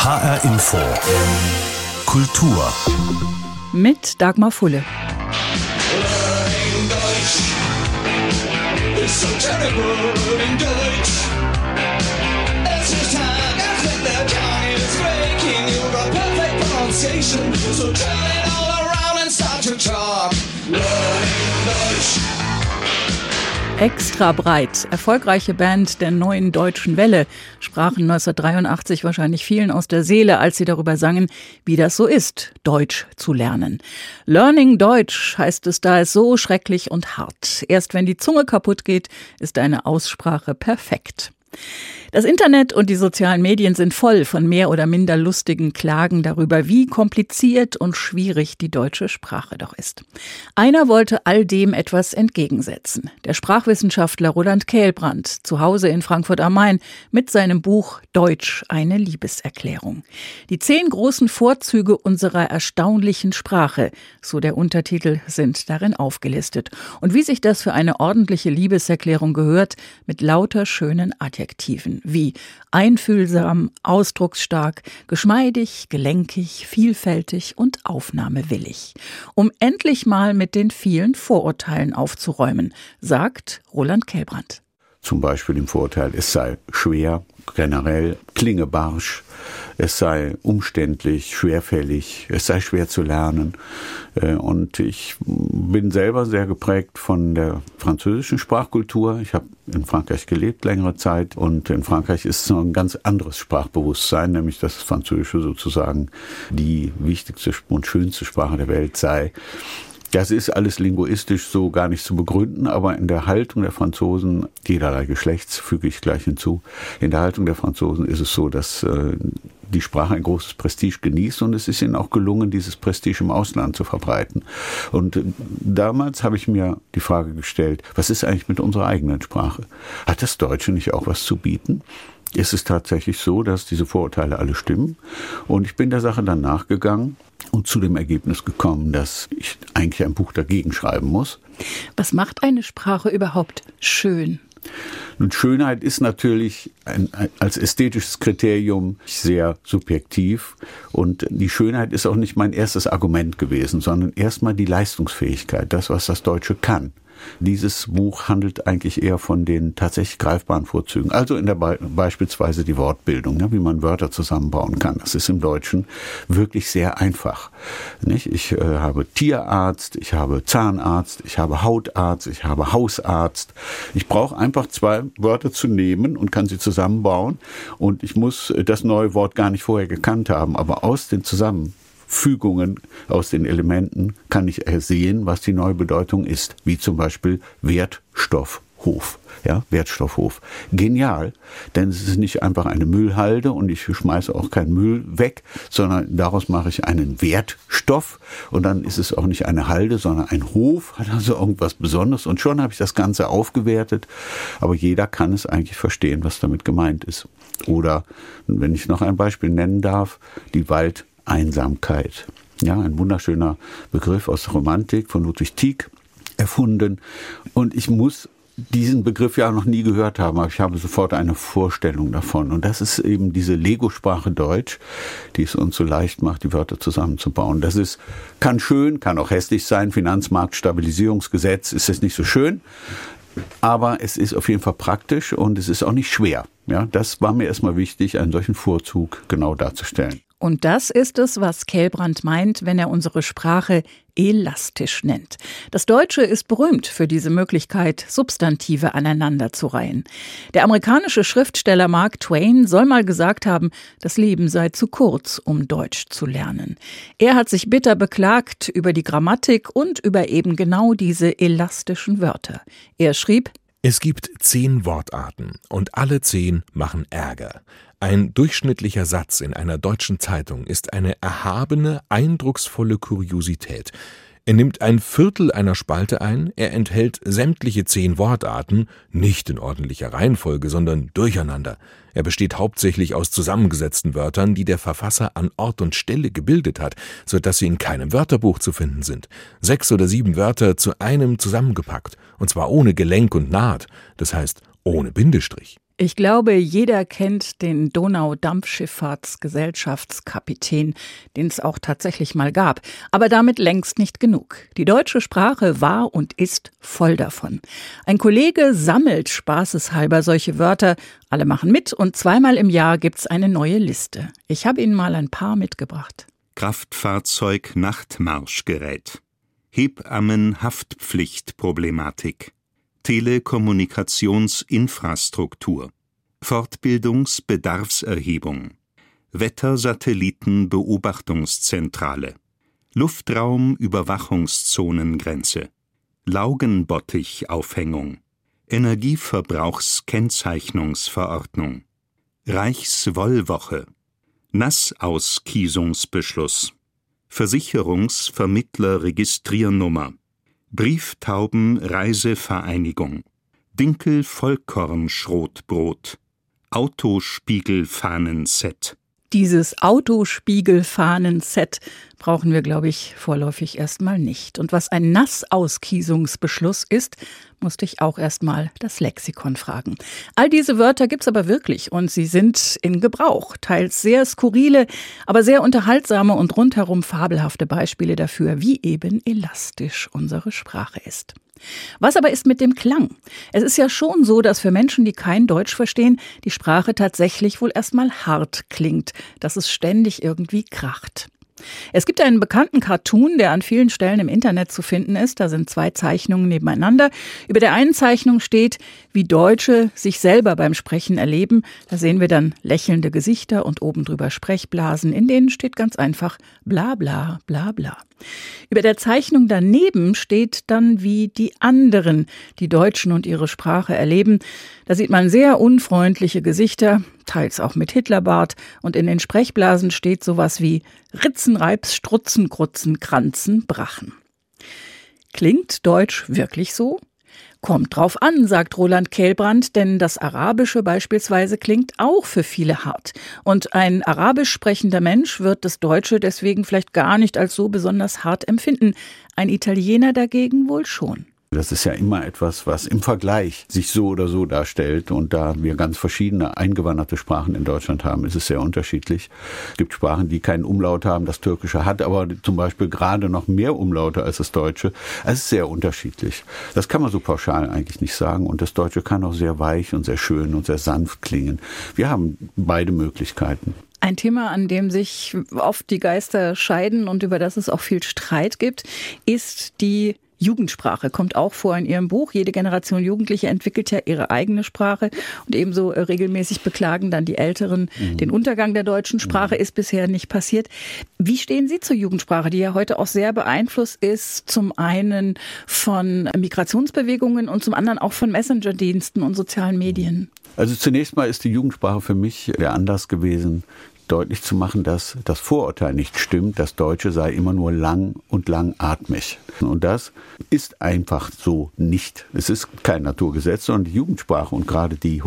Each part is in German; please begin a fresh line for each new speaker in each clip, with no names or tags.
HR Info Kultur
mit Dagmar Fulle. Extra breit, erfolgreiche Band der Neuen Deutschen Welle, sprachen 1983 wahrscheinlich vielen aus der Seele, als sie darüber sangen, wie das so ist, Deutsch zu lernen. Learning Deutsch heißt es, da es so schrecklich und hart. Erst wenn die Zunge kaputt geht, ist eine Aussprache perfekt. Das Internet und die sozialen Medien sind voll von mehr oder minder lustigen Klagen darüber, wie kompliziert und schwierig die deutsche Sprache doch ist. Einer wollte all dem etwas entgegensetzen. Der Sprachwissenschaftler Roland Kehlbrand, zu Hause in Frankfurt am Main, mit seinem Buch Deutsch, eine Liebeserklärung. Die 10 großen Vorzüge unserer erstaunlichen Sprache, so der Untertitel, sind darin aufgelistet. Und wie sich das für eine ordentliche Liebeserklärung gehört, mit lauter schönen Adjektiven wie einfühlsam, ausdrucksstark, geschmeidig, gelenkig, vielfältig und aufnahmewillig. Um endlich mal mit den vielen Vorurteilen aufzuräumen, sagt Roland Kehlbrand.
Zum Beispiel im Vorurteil, es sei schwer, generell, klinge barsch, es sei umständlich, schwerfällig, es sei schwer zu lernen. Und ich bin selber sehr geprägt von der französischen Sprachkultur. Ich habe in Frankreich gelebt längere Zeit und in Frankreich ist so ein ganz anderes Sprachbewusstsein, nämlich dass das Französische sozusagen die wichtigste und schönste Sprache der Welt sei. Das ist alles linguistisch so gar nicht zu begründen, aber in der Haltung der Franzosen, jederlei Geschlechts füge ich gleich hinzu, in der Haltung der Franzosen ist es so, dass die Sprache ein großes Prestige genießt und es ist ihnen auch gelungen, dieses Prestige im Ausland zu verbreiten. Und damals habe ich mir die Frage gestellt, was ist eigentlich mit unserer eigenen Sprache? Hat das Deutsche nicht auch was zu bieten? Es ist tatsächlich so, dass diese Vorurteile alle stimmen und ich bin der Sache dann nachgegangen und zu dem Ergebnis gekommen, dass ich eigentlich ein Buch dagegen schreiben muss.
Was macht eine Sprache überhaupt schön?
Und Schönheit ist natürlich als ästhetisches Kriterium sehr subjektiv und die Schönheit ist auch nicht mein erstes Argument gewesen, sondern erstmal die Leistungsfähigkeit, das, was das Deutsche kann. Dieses Buch handelt eigentlich eher von den tatsächlich greifbaren Vorzügen. Also in der beispielsweise die Wortbildung, wie man Wörter zusammenbauen kann. Das ist im Deutschen wirklich sehr einfach. Nicht? Ich habe Tierarzt, ich habe Zahnarzt, ich habe Hautarzt, ich habe Hausarzt. Ich brauche einfach 2 Wörter zu nehmen und kann sie zusammenbauen. Und ich muss das neue Wort gar nicht vorher gekannt haben, aber aus den Zusammenfügungen aus den Elementen kann ich ersehen, was die neue Bedeutung ist, wie zum Beispiel Wertstoffhof. Ja, Wertstoffhof. Genial, denn es ist nicht einfach eine Müllhalde und ich schmeiße auch keinen Müll weg, sondern daraus mache ich einen Wertstoff und dann ist es auch nicht eine Halde, sondern ein Hof, hat also irgendwas Besonderes und schon habe ich das Ganze aufgewertet, aber jeder kann es eigentlich verstehen, was damit gemeint ist. Oder, wenn ich noch ein Beispiel nennen darf, die Waldeinsamkeit. Ja, ein wunderschöner Begriff aus der Romantik von Ludwig Tieck erfunden. Und ich muss diesen Begriff ja noch nie gehört haben, aber ich habe sofort eine Vorstellung davon. Und das ist eben diese Lego-Sprache Deutsch, die es uns so leicht macht, die Wörter zusammenzubauen. Das kann schön, kann auch hässlich sein. Finanzmarktstabilisierungsgesetz ist jetzt nicht so schön. Aber es ist auf jeden Fall praktisch und es ist auch nicht schwer. Ja, das war mir erstmal wichtig, einen solchen Vorzug genau darzustellen.
Und das ist es, was Kehlbrand meint, wenn er unsere Sprache elastisch nennt. Das Deutsche ist berühmt für diese Möglichkeit, Substantive aneinanderzureihen. Der amerikanische Schriftsteller Mark Twain soll mal gesagt haben, das Leben sei zu kurz, um Deutsch zu lernen. Er hat sich bitter beklagt über die Grammatik und über eben genau diese elastischen Wörter. Er schrieb:
Es gibt 10 Wortarten und alle 10 machen Ärger. Ein durchschnittlicher Satz in einer deutschen Zeitung ist eine erhabene, eindrucksvolle Kuriosität. Er nimmt ein Viertel einer Spalte ein, er enthält sämtliche 10 Wortarten, nicht in ordentlicher Reihenfolge, sondern durcheinander. Er besteht hauptsächlich aus zusammengesetzten Wörtern, die der Verfasser an Ort und Stelle gebildet hat, sodass sie in keinem Wörterbuch zu finden sind. 6 oder 7 Wörter zu einem zusammengepackt, und zwar ohne Gelenk und Naht, das heißt ohne Bindestrich.
Ich glaube, jeder kennt den Donau-Dampfschifffahrtsgesellschaftskapitän, den es auch tatsächlich mal gab. Aber damit längst nicht genug. Die deutsche Sprache war und ist voll davon. Ein Kollege sammelt spaßeshalber solche Wörter. Alle machen mit und zweimal im Jahr gibt's eine neue Liste. Ich habe Ihnen mal ein paar mitgebracht.
Kraftfahrzeug-Nachtmarschgerät. Hebammen-Haftpflichtproblematik. Telekommunikationsinfrastruktur, Fortbildungsbedarfserhebung, Wettersatellitenbeobachtungszentrale, Luftraumüberwachungszonengrenze, Laugenbottichaufhängung, Energieverbrauchskennzeichnungsverordnung, Reichswollwoche, Nassauskiesungsbeschluss, Versicherungsvermittlerregistriernummer, Brieftaubenreisevereinigung, Dinkel-Vollkorn-Schrotbrot, Autospiegelfahnenset.
Dieses Autospiegelfahnen-Set brauchen wir, glaube ich, vorläufig erstmal nicht. Und was ein Nassauskiesungsbeschluss ist, musste ich auch erstmal das Lexikon fragen. All diese Wörter gibt's aber wirklich und sie sind in Gebrauch. Teils sehr skurrile, aber sehr unterhaltsame und rundherum fabelhafte Beispiele dafür, wie eben elastisch unsere Sprache ist. Was aber ist mit dem Klang? Es ist ja schon so, dass für Menschen, die kein Deutsch verstehen, die Sprache tatsächlich wohl erstmal hart klingt, dass es ständig irgendwie kracht. Es gibt einen bekannten Cartoon, der an vielen Stellen im Internet zu finden ist. Da sind 2 Zeichnungen nebeneinander. Über der einen Zeichnung steht, wie Deutsche sich selber beim Sprechen erleben. Da sehen wir dann lächelnde Gesichter und oben drüber Sprechblasen. In denen steht ganz einfach bla bla bla bla. Über der Zeichnung daneben steht dann, wie die anderen, die Deutschen und ihre Sprache erleben. Da sieht man sehr unfreundliche Gesichter, teils auch mit Hitlerbart. Und in den Sprechblasen steht sowas wie Ritzen, Reips, Strutzen, Krutzen, Kranzen, Brachen. Klingt Deutsch wirklich so? Kommt drauf an, sagt Roland Kehlbrand, denn das Arabische beispielsweise klingt auch für viele hart. Und ein arabisch sprechender Mensch wird das Deutsche deswegen vielleicht gar nicht als so besonders hart empfinden. Ein Italiener dagegen wohl schon.
Das ist ja immer etwas, was im Vergleich sich so oder so darstellt. Und da wir ganz verschiedene eingewanderte Sprachen in Deutschland haben, ist es sehr unterschiedlich. Es gibt Sprachen, die keinen Umlaut haben. Das Türkische hat aber zum Beispiel gerade noch mehr Umlaute als das Deutsche. Es ist sehr unterschiedlich. Das kann man so pauschal eigentlich nicht sagen. Und das Deutsche kann auch sehr weich und sehr schön und sehr sanft klingen. Wir haben beide Möglichkeiten.
Ein Thema, an dem sich oft die Geister scheiden und über das es auch viel Streit gibt, ist die Jugendsprache. Kommt auch vor in Ihrem Buch. Jede Generation Jugendliche entwickelt ja ihre eigene Sprache und ebenso regelmäßig beklagen dann die Älteren den Untergang der deutschen Sprache. Ist bisher nicht passiert. Wie stehen Sie zur Jugendsprache, die ja heute auch sehr beeinflusst ist, zum einen von Migrationsbewegungen und zum anderen auch von Messenger-Diensten und sozialen Medien?
Also zunächst mal ist die Jugendsprache für mich der Anlass gewesen, deutlich zu machen, dass das Vorurteil nicht stimmt, das Deutsche sei immer nur lang und langatmig. Und das ist einfach so nicht. Es ist kein Naturgesetz, sondern die Jugendsprache und gerade dieses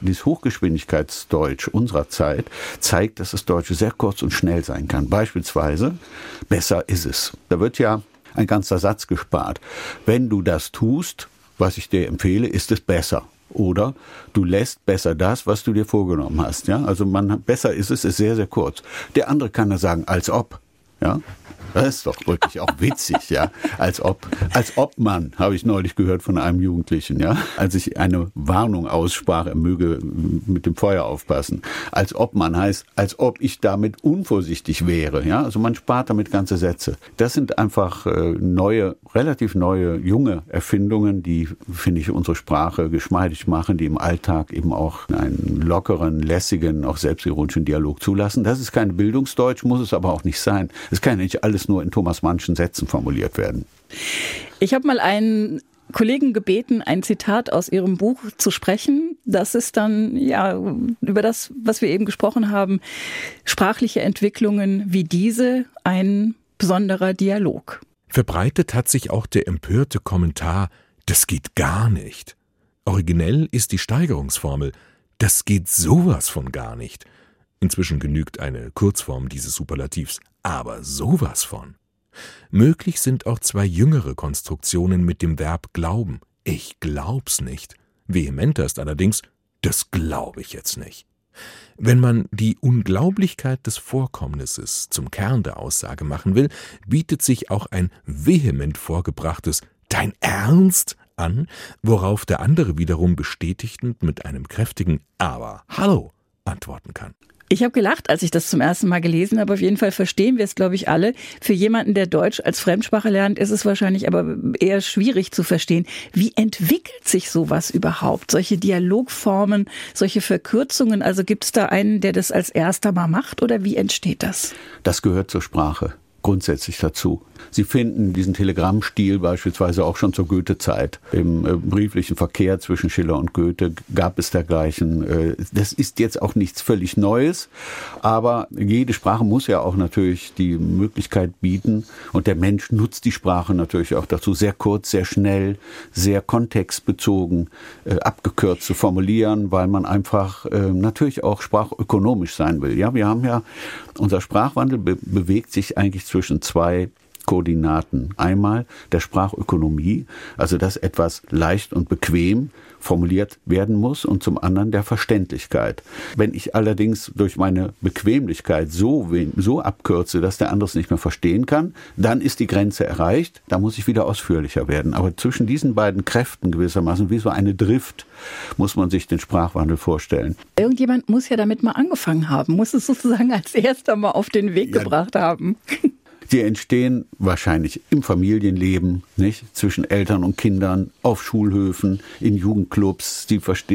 Hochgeschwindigkeitsdeutsch unserer Zeit zeigt, dass das Deutsche sehr kurz und schnell sein kann. Beispielsweise, besser ist es. Da wird ja ein ganzer Satz gespart. Wenn du das tust, was ich dir empfehle, ist es besser. Oder du lässt besser das, was du dir vorgenommen hast. Ja? Also besser ist es, ist sehr, sehr kurz. Der andere kann da sagen, als ob. Ja? Das ist doch wirklich auch witzig, ja. Als ob man, habe ich neulich gehört von einem Jugendlichen, ja. Als ich eine Warnung aussprach, er möge mit dem Feuer aufpassen. Als ob man heißt, als ob ich damit unvorsichtig wäre, ja. Also man spart damit ganze Sätze. Das sind einfach relativ neue, junge Erfindungen, die, finde ich, unsere Sprache geschmeidig machen, die im Alltag eben auch einen lockeren, lässigen, auch selbstironischen Dialog zulassen. Das ist kein Bildungsdeutsch, muss es aber auch nicht sein. Es kann ja nicht alles nur in Thomas Mannschen Sätzen formuliert werden.
Ich habe mal einen Kollegen gebeten, ein Zitat aus Ihrem Buch zu sprechen. Das ist dann ja über das, was wir eben gesprochen haben, sprachliche Entwicklungen wie diese, ein besonderer Dialog.
Verbreitet hat sich auch der empörte Kommentar, das geht gar nicht. Originell ist die Steigerungsformel, das geht sowas von gar nicht. Inzwischen genügt eine Kurzform dieses Superlativs, aber sowas von. Möglich sind auch 2 jüngere Konstruktionen mit dem Verb glauben. Ich glaub's nicht. Vehementer ist allerdings, Das glaube ich jetzt nicht. Wenn man die Unglaublichkeit des Vorkommnisses zum Kern der Aussage machen will, bietet sich auch ein vehement vorgebrachtes »Dein Ernst?« an, worauf der andere wiederum bestätigend mit einem kräftigen »Aber hallo« antworten kann.
Ich habe gelacht, als ich das zum ersten Mal gelesen habe. Auf jeden Fall verstehen wir es, glaube ich, alle. Für jemanden, der Deutsch als Fremdsprache lernt, ist es wahrscheinlich aber eher schwierig zu verstehen. Wie entwickelt sich sowas überhaupt? Solche Dialogformen, solche Verkürzungen? Also gibt es da einen, der das als erster mal macht oder wie entsteht das?
Das gehört zur Sprache grundsätzlich dazu. Sie finden diesen Telegrammstil beispielsweise auch schon zur Goethe-Zeit. Im brieflichen Verkehr zwischen Schiller und Goethe gab es dergleichen. Das ist jetzt auch nichts völlig Neues, aber jede Sprache muss ja auch natürlich die Möglichkeit bieten und der Mensch nutzt die Sprache natürlich auch dazu, sehr kurz, sehr schnell, sehr kontextbezogen, abgekürzt zu formulieren, weil man einfach natürlich auch sprachökonomisch sein will. Ja, wir haben ja, unser Sprachwandel bewegt sich eigentlich zwischen zwei Koordinaten. Einmal der Sprachökonomie, also dass etwas leicht und bequem formuliert werden muss, und zum anderen der Verständlichkeit. Wenn ich allerdings durch meine Bequemlichkeit so abkürze, dass der andere es nicht mehr verstehen kann, dann ist die Grenze erreicht, da muss ich wieder ausführlicher werden. Aber zwischen diesen beiden Kräften gewissermaßen, wie so eine Drift, muss man sich den Sprachwandel vorstellen.
Irgendjemand muss ja damit mal angefangen haben, muss es sozusagen als erster mal auf den Weg gebracht haben.
Die entstehen wahrscheinlich im Familienleben, nicht? Zwischen Eltern und Kindern, auf Schulhöfen, in Jugendclubs.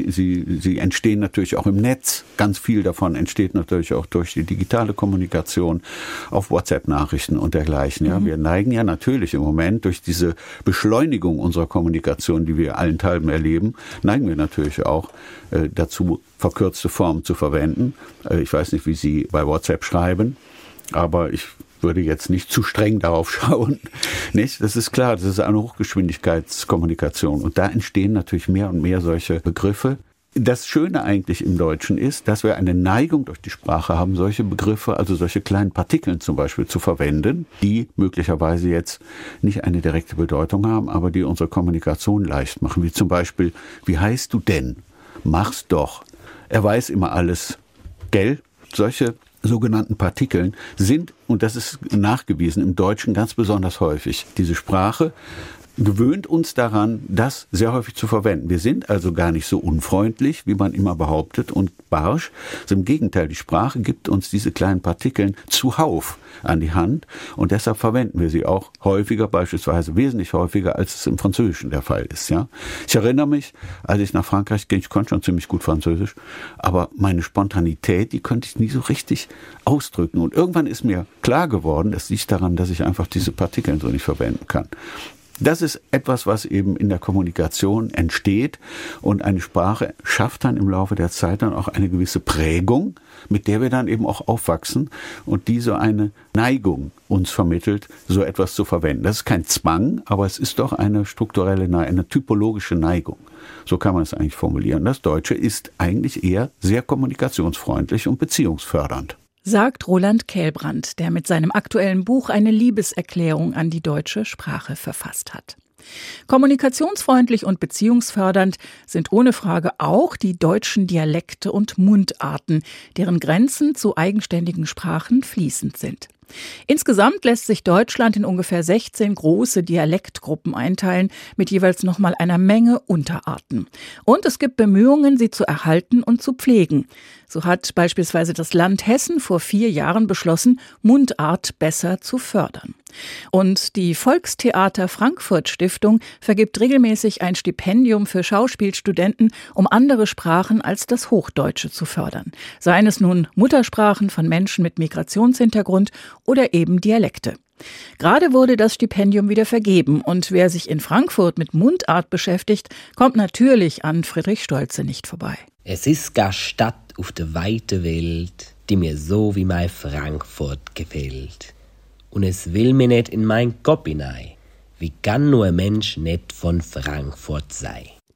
Sie entstehen natürlich auch im Netz. Ganz viel davon entsteht natürlich auch durch die digitale Kommunikation, auf WhatsApp-Nachrichten und dergleichen. Ja, wir neigen ja natürlich im Moment durch diese Beschleunigung unserer Kommunikation, die wir allenthalben erleben, neigen wir natürlich auch dazu, verkürzte Formen zu verwenden. Ich weiß nicht, wie Sie bei WhatsApp schreiben, aber ich würde jetzt nicht zu streng darauf schauen. Nicht? Das ist klar, das ist eine Hochgeschwindigkeitskommunikation. Und da entstehen natürlich mehr und mehr solche Begriffe. Das Schöne eigentlich im Deutschen ist, dass wir eine Neigung durch die Sprache haben, solche Begriffe, also solche kleinen Partikeln zum Beispiel zu verwenden, die möglicherweise jetzt nicht eine direkte Bedeutung haben, aber die unsere Kommunikation leicht machen. Wie zum Beispiel, wie heißt du denn? Mach's doch. Er weiß immer alles. Gell? Solche sogenannten Partikeln sind, und das ist nachgewiesen, im Deutschen ganz besonders häufig. Diese Sprache gewöhnt uns daran, das sehr häufig zu verwenden. Wir sind also gar nicht so unfreundlich, wie man immer behauptet, und barsch. Also im Gegenteil, die Sprache gibt uns diese kleinen Partikeln zuhauf an die Hand, und deshalb verwenden wir sie auch häufiger, beispielsweise wesentlich häufiger, als es im Französischen der Fall ist. Ja? Ich erinnere mich, als ich nach Frankreich ging, ich konnte schon ziemlich gut Französisch, aber meine Spontanität, die konnte ich nie so richtig ausdrücken. Und irgendwann ist mir klar geworden, es liegt daran, dass ich einfach diese Partikeln so nicht verwenden kann. Das ist etwas, was eben in der Kommunikation entsteht, und eine Sprache schafft dann im Laufe der Zeit dann auch eine gewisse Prägung, mit der wir dann eben auch aufwachsen und die so eine Neigung uns vermittelt, so etwas zu verwenden. Das ist kein Zwang, aber es ist doch eine strukturelle, eine typologische Neigung. So kann man es eigentlich formulieren. Das Deutsche ist eigentlich eher sehr kommunikationsfreundlich und beziehungsfördernd.
Sagt Roland Kehlbrand, der mit seinem aktuellen Buch eine Liebeserklärung an die deutsche Sprache verfasst hat. Kommunikationsfreundlich und beziehungsfördernd sind ohne Frage auch die deutschen Dialekte und Mundarten, deren Grenzen zu eigenständigen Sprachen fließend sind. Insgesamt lässt sich Deutschland in ungefähr 16 große Dialektgruppen einteilen, mit jeweils nochmal einer Menge Unterarten. Und es gibt Bemühungen, sie zu erhalten und zu pflegen. So hat beispielsweise das Land Hessen vor 4 Jahren beschlossen, Mundart besser zu fördern. Und die Volkstheater Frankfurt Stiftung vergibt regelmäßig ein Stipendium für Schauspielstudenten, um andere Sprachen als das Hochdeutsche zu fördern. Seien es nun Muttersprachen von Menschen mit Migrationshintergrund oder eben Dialekte. Gerade wurde das Stipendium wieder vergeben, und wer sich in Frankfurt mit Mundart beschäftigt, kommt natürlich an Friedrich Stoltze nicht vorbei.
Es ist gar Stadt auf der weiten Welt, die mir so wie mein Frankfurt gefällt. Und es will mir nicht in mein Kopf hinein, wie kann nur ein Mensch nicht von Frankfurt sei.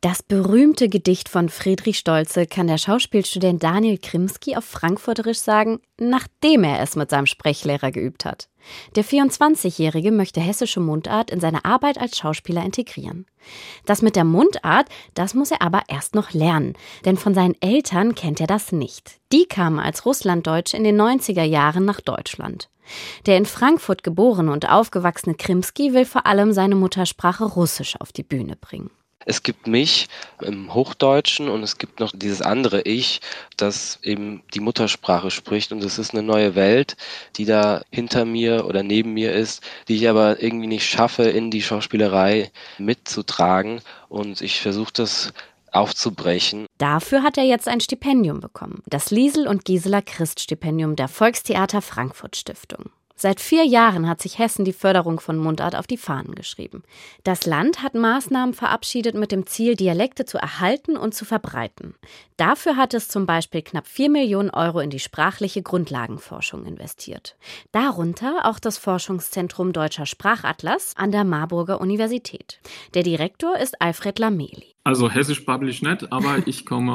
Das berühmte Gedicht von Friedrich Stoltze kann der Schauspielstudent Daniel Krimski auf Frankfurterisch sagen, nachdem er es mit seinem Sprechlehrer geübt hat. Der 24-Jährige möchte hessische Mundart in seine Arbeit als Schauspieler integrieren. Das mit der Mundart, das muss er aber erst noch lernen, denn von seinen Eltern kennt er das nicht. Die kamen als Russlanddeutsche in den 90er Jahren nach Deutschland. Der in Frankfurt geborene und aufgewachsene Krimski will vor allem seine Muttersprache Russisch auf die Bühne bringen.
Es gibt mich im Hochdeutschen und es gibt noch dieses andere Ich, das eben die Muttersprache spricht. Und es ist eine neue Welt, die da hinter mir oder neben mir ist, die ich aber irgendwie nicht schaffe, in die Schauspielerei mitzutragen. Und ich versuche das aufzubrechen.
Dafür hat er jetzt ein Stipendium bekommen, das Liesel und Gisela Christ Stipendium der Volkstheater Frankfurt Stiftung. Seit 4 Jahren hat sich Hessen die Förderung von Mundart auf die Fahnen geschrieben. Das Land hat Maßnahmen verabschiedet mit dem Ziel, Dialekte zu erhalten und zu verbreiten. Dafür hat es zum Beispiel knapp 4 Millionen Euro in die sprachliche Grundlagenforschung investiert. Darunter auch das Forschungszentrum Deutscher Sprachatlas an der Marburger Universität. Der Direktor ist Alfred Lameli.
Also Hessisch babbel ich nicht, aber ich komme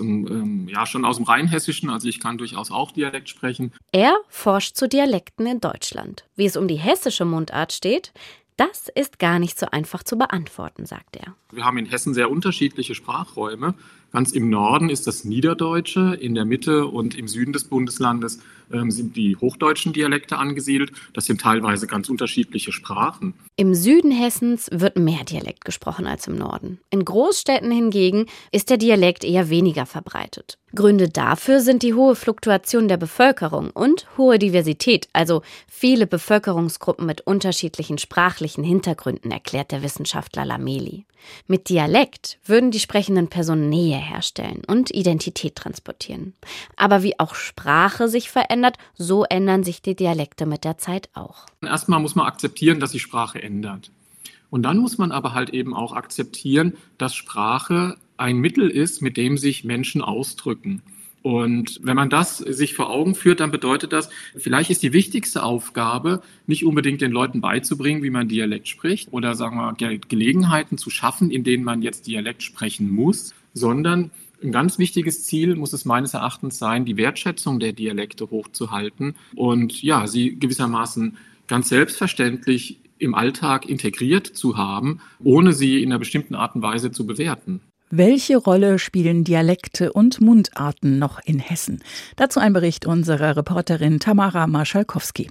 schon aus dem Rheinhessischen, also ich kann durchaus auch Dialekt sprechen.
Er forscht zu Dialekten in Deutschland. Wie es um die hessische Mundart steht, das ist gar nicht so einfach zu beantworten, sagt er.
Wir haben in Hessen sehr unterschiedliche Sprachräume. Ganz im Norden ist das Niederdeutsche, in der Mitte und im Süden des Bundeslandes sind die hochdeutschen Dialekte angesiedelt. Das sind teilweise ganz unterschiedliche Sprachen.
Im Süden Hessens wird mehr Dialekt gesprochen als im Norden. In Großstädten hingegen ist der Dialekt eher weniger verbreitet. Gründe dafür sind die hohe Fluktuation der Bevölkerung und hohe Diversität, also viele Bevölkerungsgruppen mit unterschiedlichen sprachlichen Hintergründen, erklärt der Wissenschaftler Lameli. Mit Dialekt würden die sprechenden Personen Nähe herstellen und Identität transportieren. Aber wie auch Sprache sich verändert, so ändern sich die Dialekte mit der Zeit auch.
Erstmal muss man akzeptieren, dass sich Sprache ändert. Und dann muss man aber halt eben auch akzeptieren, dass Sprache ein Mittel ist, mit dem sich Menschen ausdrücken. Und wenn man das sich vor Augen führt, dann bedeutet das, vielleicht ist die wichtigste Aufgabe, nicht unbedingt den Leuten beizubringen, wie man Dialekt spricht oder sagen wir Gelegenheiten zu schaffen, in denen man jetzt Dialekt sprechen muss, sondern ein ganz wichtiges Ziel muss es meines Erachtens sein, die Wertschätzung der Dialekte hochzuhalten und ja, sie gewissermaßen ganz selbstverständlich im Alltag integriert zu haben, ohne sie in einer bestimmten Art und Weise zu bewerten.
Welche Rolle spielen Dialekte und Mundarten noch in Hessen? Dazu ein Bericht unserer Reporterin Tamara Marschalkowski.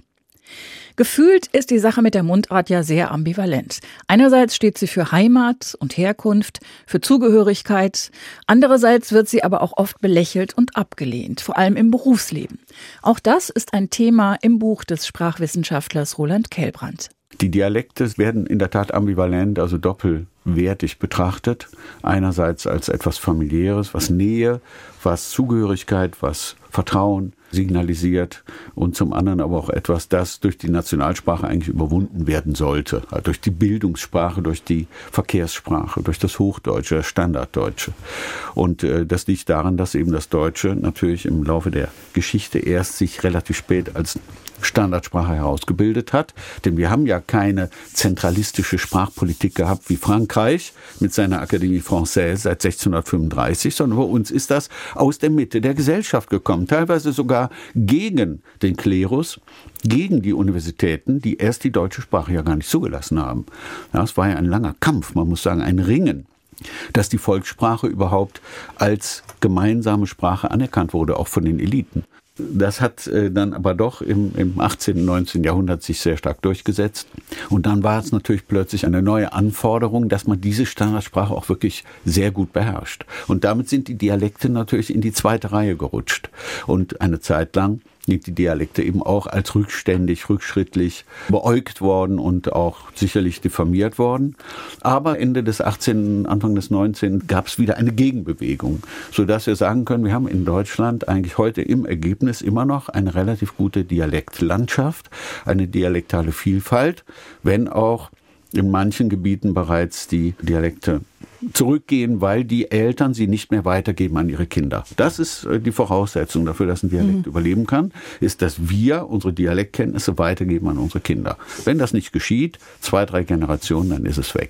Gefühlt ist die Sache mit der Mundart ja sehr ambivalent. Einerseits steht sie für Heimat und Herkunft, für Zugehörigkeit. Andererseits wird sie aber auch oft belächelt und abgelehnt, vor allem im Berufsleben. Auch das ist ein Thema im Buch des Sprachwissenschaftlers Roland Kellbrandt.
Die Dialekte werden in der Tat ambivalent, also doppelwertig betrachtet. Einerseits als etwas Familiäres, was Nähe, was Zugehörigkeit, was Vertrauen signalisiert und zum anderen aber auch etwas, das durch die Nationalsprache eigentlich überwunden werden sollte. Also durch die Bildungssprache, durch die Verkehrssprache, durch das Hochdeutsche, das Standarddeutsche. Und das liegt daran, dass eben das Deutsche natürlich im Laufe der Geschichte erst sich relativ spät als Standardsprache herausgebildet hat. Denn wir haben ja keine zentralistische Sprachpolitik gehabt wie Frankreich mit seiner Académie Française seit 1635, sondern bei uns ist das aus der Mitte der Gesellschaft gekommen. Teilweise sogar gegen den Klerus, gegen die Universitäten, die erst die deutsche Sprache ja gar nicht zugelassen haben. Ja, es war ja ein langer Kampf, man muss sagen, ein Ringen, dass die Volkssprache überhaupt als gemeinsame Sprache anerkannt wurde, auch von den Eliten. Das hat dann aber doch im 18. und 19. Jahrhundert sich sehr stark durchgesetzt. Und dann war es natürlich plötzlich eine neue Anforderung, dass man diese Standardsprache auch wirklich sehr gut beherrscht. Und damit sind die Dialekte natürlich in die zweite Reihe gerutscht. Und eine Zeit lang sind die Dialekte eben auch als rückständig, rückschrittlich beäugt worden und auch sicherlich diffamiert worden. Aber Ende des 18., Anfang des 19. gab es wieder eine Gegenbewegung, sodass wir sagen können, wir haben in Deutschland eigentlich heute im Ergebnis immer noch eine relativ gute Dialektlandschaft, eine dialektale Vielfalt, wenn auch in manchen Gebieten bereits die Dialekte zurückgehen, weil die Eltern sie nicht mehr weitergeben an ihre Kinder. Das ist die Voraussetzung dafür, dass ein Dialekt überleben kann, ist, dass wir unsere Dialektkenntnisse weitergeben an unsere Kinder. Wenn das nicht geschieht, 2, 3 Generationen, dann ist es weg.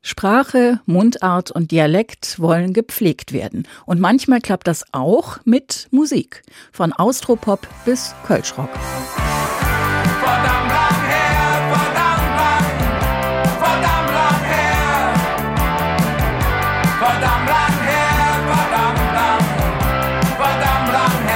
Sprache, Mundart und Dialekt wollen gepflegt werden. Und manchmal klappt das auch mit Musik. Von Austropop bis Kölschrock.
Verdammt lang her, verdammt lang, verdammt lang her. Verdammt lang her, verdammt lang, verdammt lang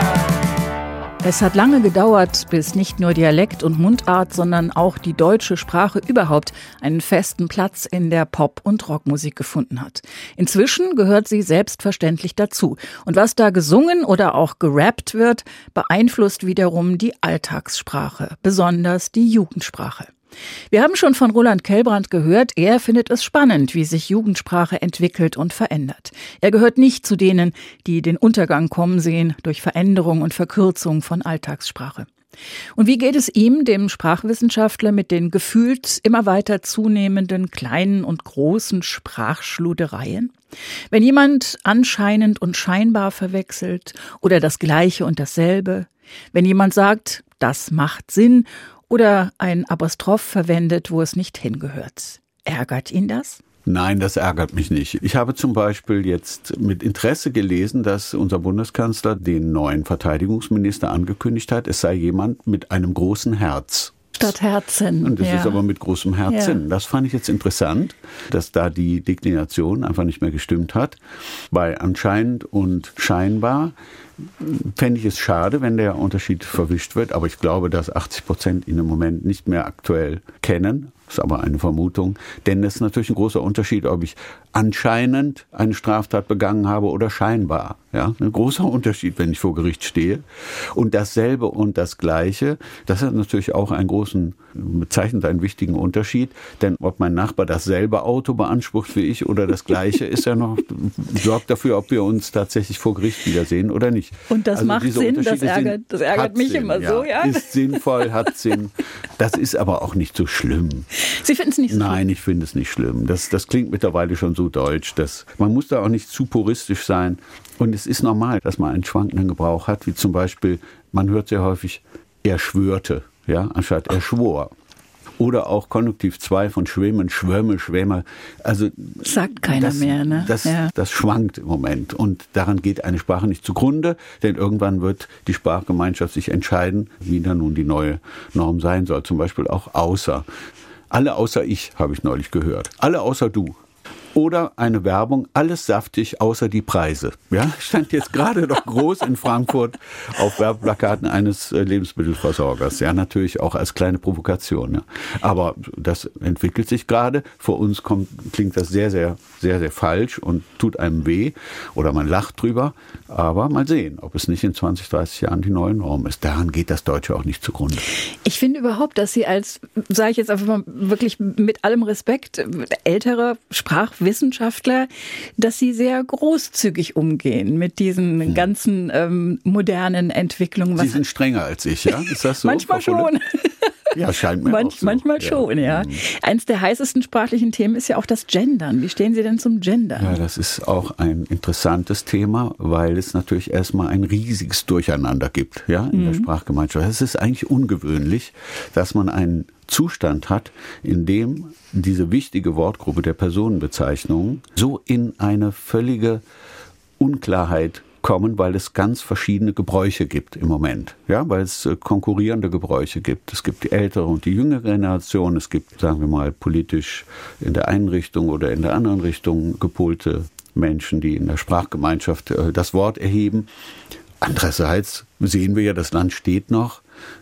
her.
Es hat lange gedauert, bis nicht nur Dialekt und Mundart, sondern auch die deutsche Sprache überhaupt einen festen Platz in der Pop- und Rockmusik gefunden hat. Inzwischen gehört sie selbstverständlich dazu. Und was da gesungen oder auch gerappt wird, beeinflusst wiederum die Alltagssprache, besonders die Jugendsprache. Wir haben schon von Roland Kellbrand gehört, er findet es spannend, wie sich Jugendsprache entwickelt und verändert. Er gehört nicht zu denen, die den Untergang kommen sehen durch Veränderung und Verkürzung von Alltagssprache. Und wie geht es ihm, dem Sprachwissenschaftler, mit den gefühlt immer weiter zunehmenden kleinen und großen Sprachschludereien? Wenn jemand anscheinend und scheinbar verwechselt oder das Gleiche und dasselbe, wenn jemand sagt, das macht Sinn, oder ein Apostroph verwendet, wo es nicht hingehört. Ärgert ihn das?
Nein, das ärgert mich nicht. Ich habe zum Beispiel jetzt mit Interesse gelesen, dass unser Bundeskanzler den neuen Verteidigungsminister angekündigt hat, es sei jemand mit einem großen Herz.
Statt Herzen.
Und das ist aber mit großem Herzen. Ja. Das fand ich jetzt interessant, dass da die Deklination einfach nicht mehr gestimmt hat. Bei anscheinend und scheinbar fände ich es schade, wenn der Unterschied verwischt wird. Aber ich glaube, dass 80% ihn im Moment nicht mehr aktuell kennen. Das ist aber eine Vermutung. Denn es ist natürlich ein großer Unterschied, ob ich anscheinend eine Straftat begangen habe oder scheinbar. Ja, ein großer Unterschied, wenn ich vor Gericht stehe. Und dasselbe und das Gleiche, das hat natürlich auch bezeichnet einen wichtigen Unterschied. Denn ob mein Nachbar dasselbe Auto beansprucht wie ich oder das Gleiche, ist ja noch, sorgt dafür, ob wir uns tatsächlich vor Gericht wiedersehen oder nicht.
Und das macht Sinn, das ärgert mich
Sinn,
immer so, ja.
Ist sinnvoll, hat Sinn. Das ist aber auch nicht so schlimm.
Sie finden es nicht so schlimm?
Nein, ich finde es nicht schlimm. Das klingt mittlerweile schon so deutsch. Man muss da auch nicht zu puristisch sein. Und es ist normal, dass man einen schwankenden Gebrauch hat, wie zum Beispiel, man hört sehr häufig, er schwörte, ja, anstatt er schwor. Oder auch Konjunktiv 2 von schwimmen, schwömme, schwämme. Also
sagt keiner mehr, ne?
Das schwankt im Moment. Und daran geht eine Sprache nicht zugrunde, denn irgendwann wird die Sprachgemeinschaft sich entscheiden, wie da nun die neue Norm sein soll. Zum Beispiel auch außer. Alle außer ich, habe ich neulich gehört. Alle außer du. Oder eine Werbung, alles saftig außer die Preise. Ja, stand jetzt gerade noch groß in Frankfurt auf Werbeplakaten eines Lebensmittelversorgers. Ja, natürlich auch als kleine Provokation. Ja. Aber das entwickelt sich gerade. Für uns klingt das sehr, sehr, sehr, sehr falsch und tut einem weh. Oder man lacht drüber. Aber mal sehen, ob es nicht in 20, 30 Jahren die neue Norm ist. Daran geht das Deutsche auch nicht zugrunde.
Ich finde überhaupt, dass Sie als, sage ich jetzt einfach mal wirklich mit allem Respekt, ältere Sprachwissenschaftler, dass Sie sehr großzügig umgehen mit diesen ganzen modernen Entwicklungen.
Sie sind strenger als ich, ja? Ist das so?
Manchmal schon.
Ja, scheint mir auch so.
Manchmal schon, ja. Eins der heißesten sprachlichen Themen ist ja auch das Gendern. Wie stehen Sie denn zum Gendern?
Ja, das ist auch ein interessantes Thema, weil es natürlich erstmal ein riesiges Durcheinander gibt, ja, in der Sprachgemeinschaft. Es ist eigentlich ungewöhnlich, dass man einen Zustand hat, in dem diese wichtige Wortgruppe der Personenbezeichnungen so in eine völlige Unklarheit kommen, weil es ganz verschiedene Gebräuche gibt im Moment. Ja, weil es konkurrierende Gebräuche gibt. Es gibt die ältere und die jüngere Generation. Es gibt, sagen wir mal, politisch in der einen Richtung oder in der anderen Richtung gepolte Menschen, die in der Sprachgemeinschaft das Wort erheben. Andererseits sehen wir ja, das Land steht noch.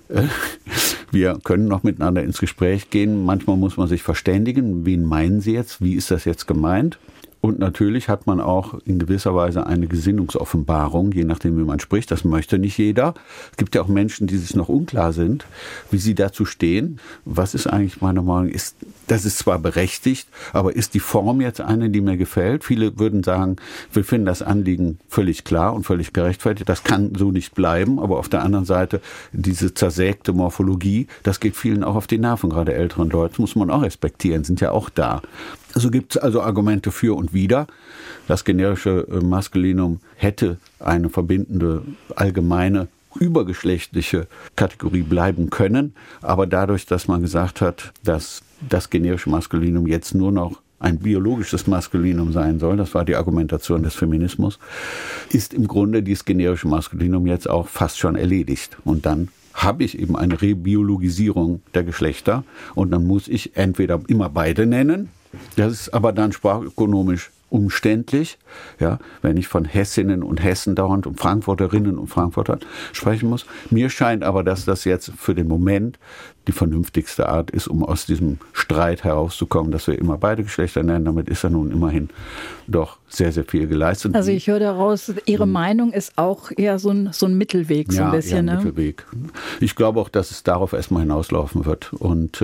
Wir können noch miteinander ins Gespräch gehen. Manchmal muss man sich verständigen. Wen meinen Sie jetzt? Wie ist das jetzt gemeint? Und natürlich hat man auch in gewisser Weise eine Gesinnungsoffenbarung, je nachdem, wie man spricht. Das möchte nicht jeder. Es gibt ja auch Menschen, die sich noch unklar sind, wie sie dazu stehen. Was ist eigentlich meiner Meinung nach? Das ist zwar berechtigt, aber ist die Form jetzt eine, die mir gefällt? Viele würden sagen, wir finden das Anliegen völlig klar und völlig gerechtfertigt. Das kann so nicht bleiben. Aber auf der anderen Seite, diese zersägte Morphologie, das geht vielen auch auf die Nerven. Gerade älteren Leuten muss man auch respektieren, sind ja auch da. So gibt es also Argumente für und wider. Das generische Maskulinum hätte eine verbindende, allgemeine, übergeschlechtliche Kategorie bleiben können. Aber dadurch, dass man gesagt hat, dass das generische Maskulinum jetzt nur noch ein biologisches Maskulinum sein soll, das war die Argumentation des Feminismus, ist im Grunde dieses generische Maskulinum jetzt auch fast schon erledigt. Und dann habe ich eben eine Rebiologisierung der Geschlechter und dann muss ich entweder immer beide nennen, das ist aber dann sprachökonomisch umständlich, ja, wenn ich von Hessinnen und Hessen dauernd und Frankfurterinnen und Frankfurtern sprechen muss. Mir scheint aber, dass das jetzt für den Moment die vernünftigste Art ist, um aus diesem Streit herauszukommen, dass wir immer beide Geschlechter nennen. Damit ist ja nun immerhin doch sehr, sehr viel geleistet.
Also ich höre daraus, Ihre Meinung ist auch eher so ein Mittelweg, so ein bisschen.
Ja, ein Mittelweg. Ich glaube auch, dass es darauf erstmal hinauslaufen wird. Und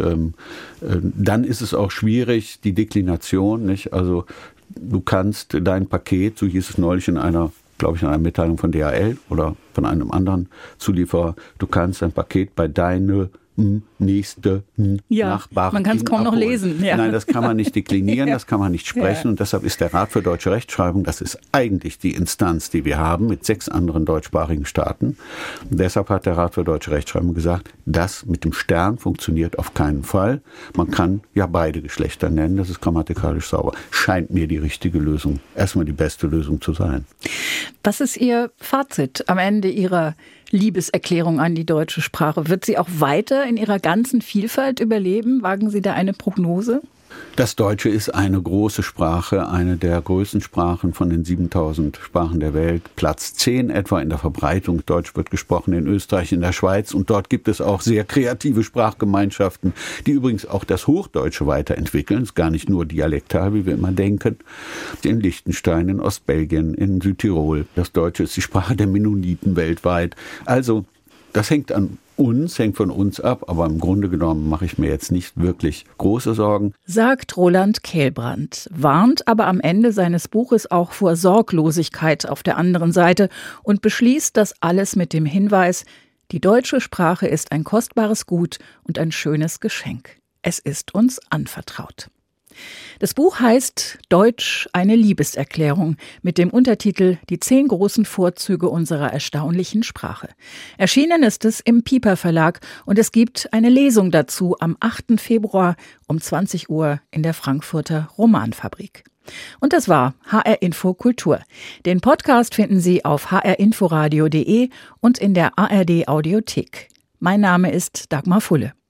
dann ist es auch schwierig, die Deklination, nicht? Also du kannst dein Paket, so hieß es neulich in einer Mitteilung von DHL oder von einem anderen Zulieferer, du kannst dein Paket bei deine nächste Nachbarin.
Man kann es kaum noch lesen. Ja.
Nein, das kann man nicht deklinieren, das kann man nicht sprechen. Und deshalb ist der Rat für deutsche Rechtschreibung, das ist eigentlich die Instanz, die wir haben mit 6 anderen deutschsprachigen Staaten. Und deshalb hat der Rat für deutsche Rechtschreibung gesagt, das mit dem Stern funktioniert auf keinen Fall. Man kann ja beide Geschlechter nennen, das ist grammatikalisch sauber. Scheint mir die richtige Lösung, erstmal die beste Lösung zu sein.
Was ist Ihr Fazit am Ende Ihrer Liebeserklärung an die deutsche Sprache? Wird sie auch weiter in ihrer ganzen Vielfalt überleben? Wagen Sie da eine Prognose?
Das Deutsche ist eine große Sprache, eine der größten Sprachen von den 7000 Sprachen der Welt. Platz 10 etwa in der Verbreitung. Deutsch wird gesprochen in Österreich, in der Schweiz. Und dort gibt es auch sehr kreative Sprachgemeinschaften, die übrigens auch das Hochdeutsche weiterentwickeln. Es ist gar nicht nur dialektal, wie wir immer denken. In Liechtenstein, in Ostbelgien, in Südtirol. Das Deutsche ist die Sprache der Mennoniten weltweit. Also, das hängt von uns ab, aber im Grunde genommen mache ich mir jetzt nicht wirklich große Sorgen.
Sagt Roland Kehlbrand, warnt aber am Ende seines Buches auch vor Sorglosigkeit auf der anderen Seite und beschließt das alles mit dem Hinweis, die deutsche Sprache ist ein kostbares Gut und ein schönes Geschenk. Es ist uns anvertraut. Das Buch heißt Deutsch, eine Liebeserklärung mit dem Untertitel Die 10 großen Vorzüge unserer erstaunlichen Sprache. Erschienen ist es im Piper Verlag und es gibt eine Lesung dazu am 8. Februar um 20 Uhr in der Frankfurter Romanfabrik. Und das war HR Info Kultur. Den Podcast finden Sie auf hrinforadio.de und in der ARD Audiothek. Mein Name ist Dagmar Fulle.